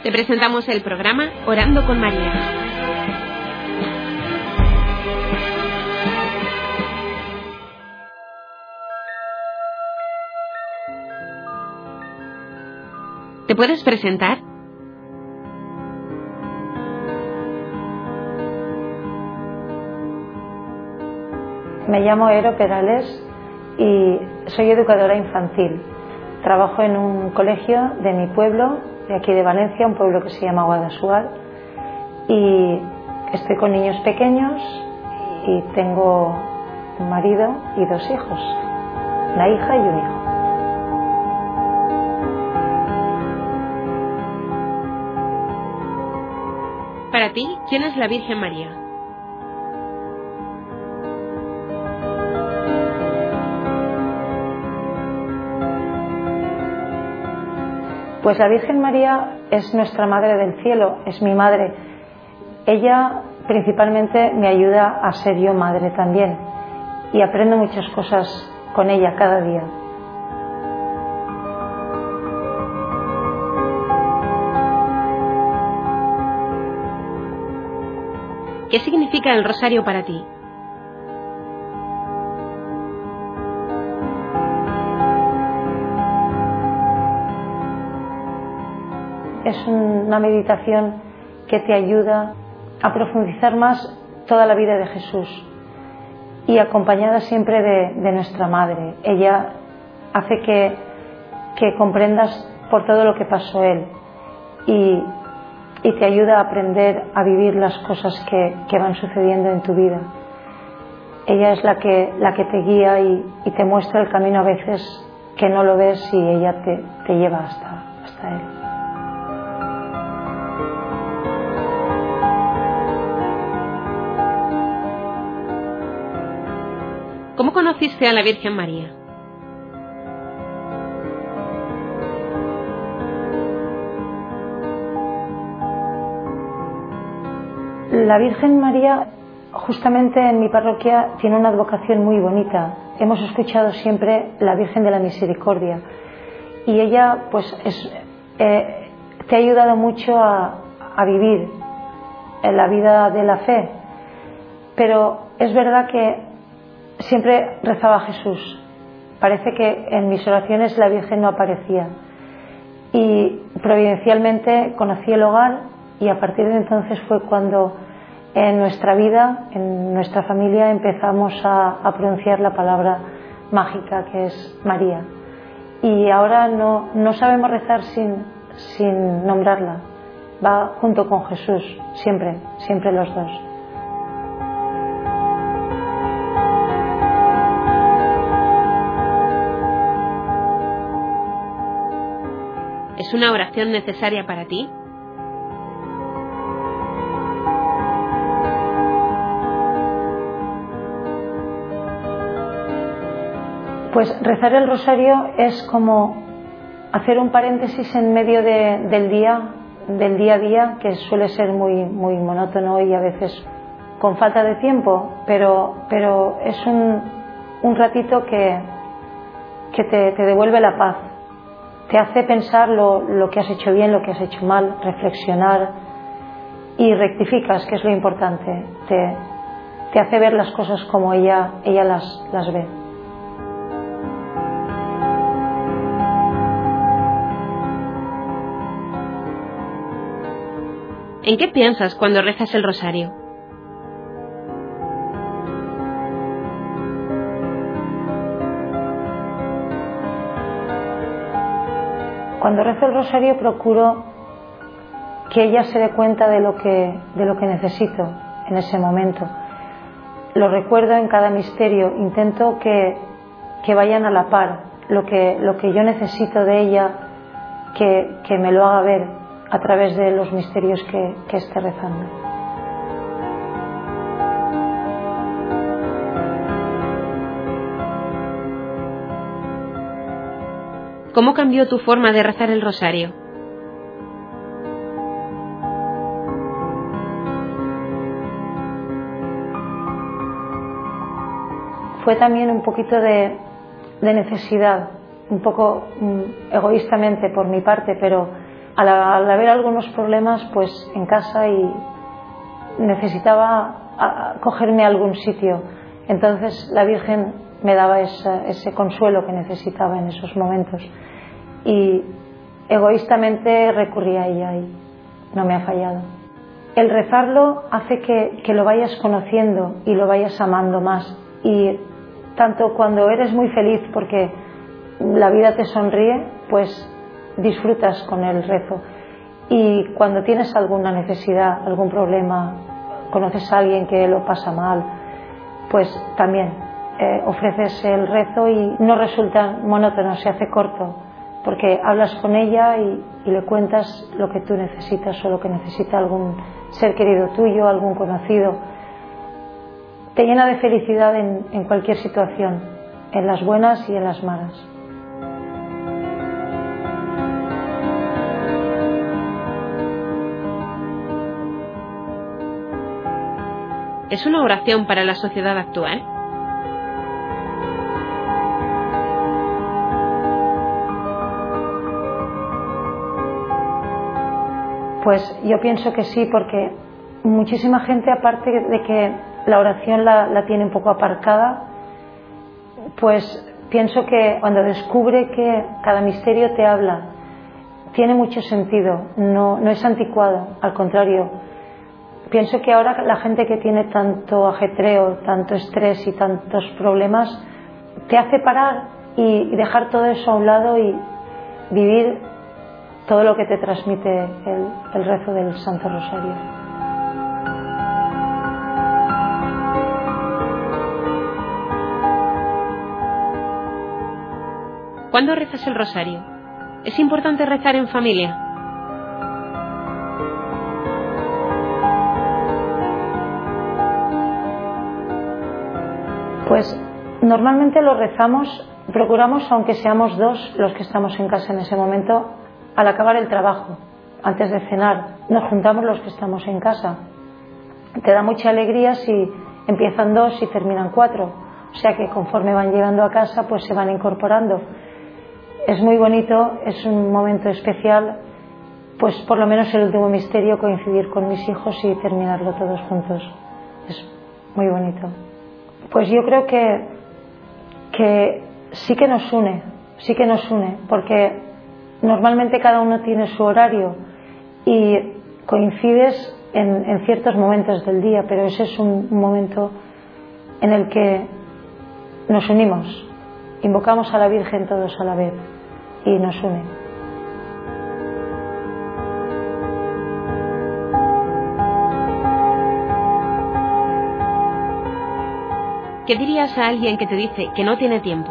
Te presentamos el programa Orando con María. ¿Te puedes presentar? Me llamo Ero Perales y soy educadora infantil. Trabajo en un colegio de mi pueblo, de aquí de Valencia, un pueblo que se llama Guadassuar, y estoy con niños pequeños y tengo un marido y 2 hijos, una hija y un hijo. Para ti, ¿quién es la Virgen María? Pues la Virgen María es nuestra Madre del Cielo, es mi madre. Ella principalmente me ayuda a ser yo madre también y aprendo muchas cosas con ella cada día. ¿Qué significa el rosario para ti? Es una meditación que te ayuda a profundizar más toda la vida de Jesús y acompañada siempre de nuestra Madre. Ella hace que comprendas por todo lo que pasó Él y te ayuda a aprender a vivir las cosas que van sucediendo en tu vida. Ella es la que te guía y te muestra el camino a veces que no lo ves y ella te lleva hasta Él. ¿Cómo conociste a la Virgen María? La Virgen María, justamente en mi parroquia, tiene una advocación muy bonita. Hemos escuchado siempre la Virgen de la Misericordia y ella pues te ha ayudado mucho a vivir en la vida de la fe, pero es verdad que siempre rezaba a Jesús. Parece que en mis oraciones la Virgen no aparecía y providencialmente conocí el hogar y a partir de entonces fue cuando en nuestra vida, en nuestra familia, empezamos a pronunciar la palabra mágica que es María. Y ahora no sabemos rezar sin nombrarla. Va junto con Jesús, siempre los dos. ¿Es una oración necesaria para ti? Pues rezar el rosario es como hacer un paréntesis en medio del día a día, que suele ser muy monótono y a veces con falta de tiempo, pero es un ratito que te devuelve la paz, te hace pensar lo que has hecho bien, lo que has hecho mal, reflexionar y rectificas, que es lo importante, te hace ver las cosas como ella las ve. ¿En qué piensas cuando rezas el rosario? Cuando rezo el rosario procuro que ella se dé cuenta de lo que necesito en ese momento. Lo recuerdo en cada misterio, intento que vayan a la par, lo que yo necesito de ella, que me lo haga ver a través de los misterios que esté rezando. ¿Cómo cambió tu forma de rezar el rosario? Fue también un poquito de necesidad, un poco egoístamente por mi parte, pero al haber algunos problemas pues en casa y necesitaba cogerme a algún sitio. Entonces la Virgen me daba ese consuelo que necesitaba en esos momentos y egoístamente recurrí a ella y no me ha fallado. El rezarlo hace que lo vayas conociendo y lo vayas amando más, y tanto cuando eres muy feliz porque la vida te sonríe, pues disfrutas con el rezo, y cuando tienes alguna necesidad, algún problema, conoces a alguien que lo pasa mal, pues también ofreces el rezo y no resulta monótono, se hace corto, porque hablas con ella y le cuentas lo que tú necesitas o lo que necesita algún ser querido tuyo, algún conocido. Te llena de felicidad en cualquier situación, en las buenas y en las malas. ¿Es una oración para la sociedad actual? Pues yo pienso que sí, porque muchísima gente, aparte de que la oración la tiene un poco aparcada, pues pienso que cuando descubre que cada misterio te habla, tiene mucho sentido, no es anticuado, al contrario. Pienso que ahora la gente que tiene tanto ajetreo, tanto estrés y tantos problemas, te hace parar y dejar todo eso a un lado y vivir todo lo que te transmite el rezo del Santo Rosario. ¿Cuándo rezas el rosario? ¿Es importante rezar en familia? Pues normalmente lo rezamos, procuramos, aunque seamos dos los que estamos en casa en ese momento, al acabar el trabajo, antes de cenar, nos juntamos los que estamos en casa. Te da mucha alegría si empiezan 2 y terminan 4, o sea que conforme van llegando a casa pues se van incorporando. Es muy bonito, es un momento especial, pues por lo menos el último misterio, coincidir con mis hijos y terminarlo todos juntos. Es muy bonito. Pues yo creo que sí que nos une, porque normalmente cada uno tiene su horario y coincides en ciertos momentos del día, pero ese es un momento en el que nos unimos, invocamos a la Virgen todos a la vez y nos une. ¿Qué dirías a alguien que te dice que no tiene tiempo?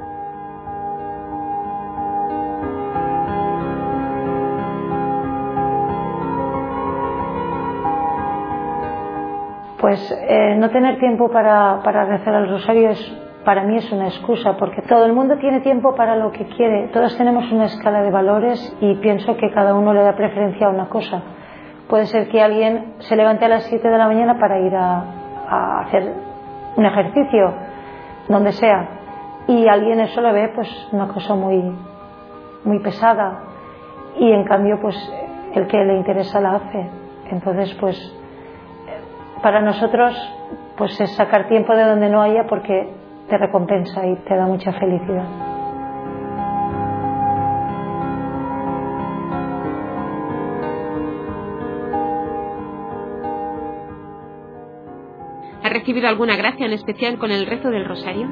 Pues no tener tiempo para rezar el rosario para mí es una excusa, porque todo el mundo tiene tiempo para lo que quiere. Todos tenemos una escala de valores y pienso que cada uno le da preferencia a una cosa. Puede ser que alguien se levante a las 7 de la mañana para ir a hacer un ejercicio, donde sea, y alguien eso lo ve pues una cosa muy, muy pesada, y en cambio pues el que le interesa la hace. Entonces pues para nosotros pues es sacar tiempo de donde no haya, porque te recompensa y te da mucha felicidad. ¿Has recibido alguna gracia en especial con el rezo del rosario?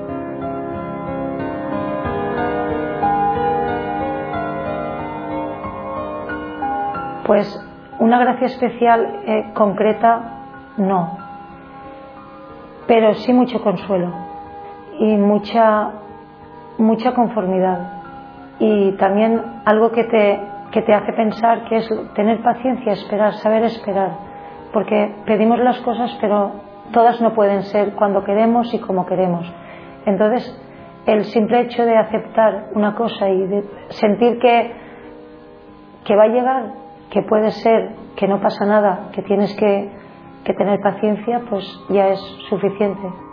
Pues una gracia especial concreta no, pero sí mucho consuelo y mucha conformidad, y también algo que te hace pensar, que es tener paciencia, esperar, saber esperar, porque pedimos las cosas pero todas no pueden ser cuando queremos y como queremos. Entonces el simple hecho de aceptar una cosa y de sentir que va a llegar, que puede ser, que no pasa nada, que tienes que tener paciencia, pues ya es suficiente.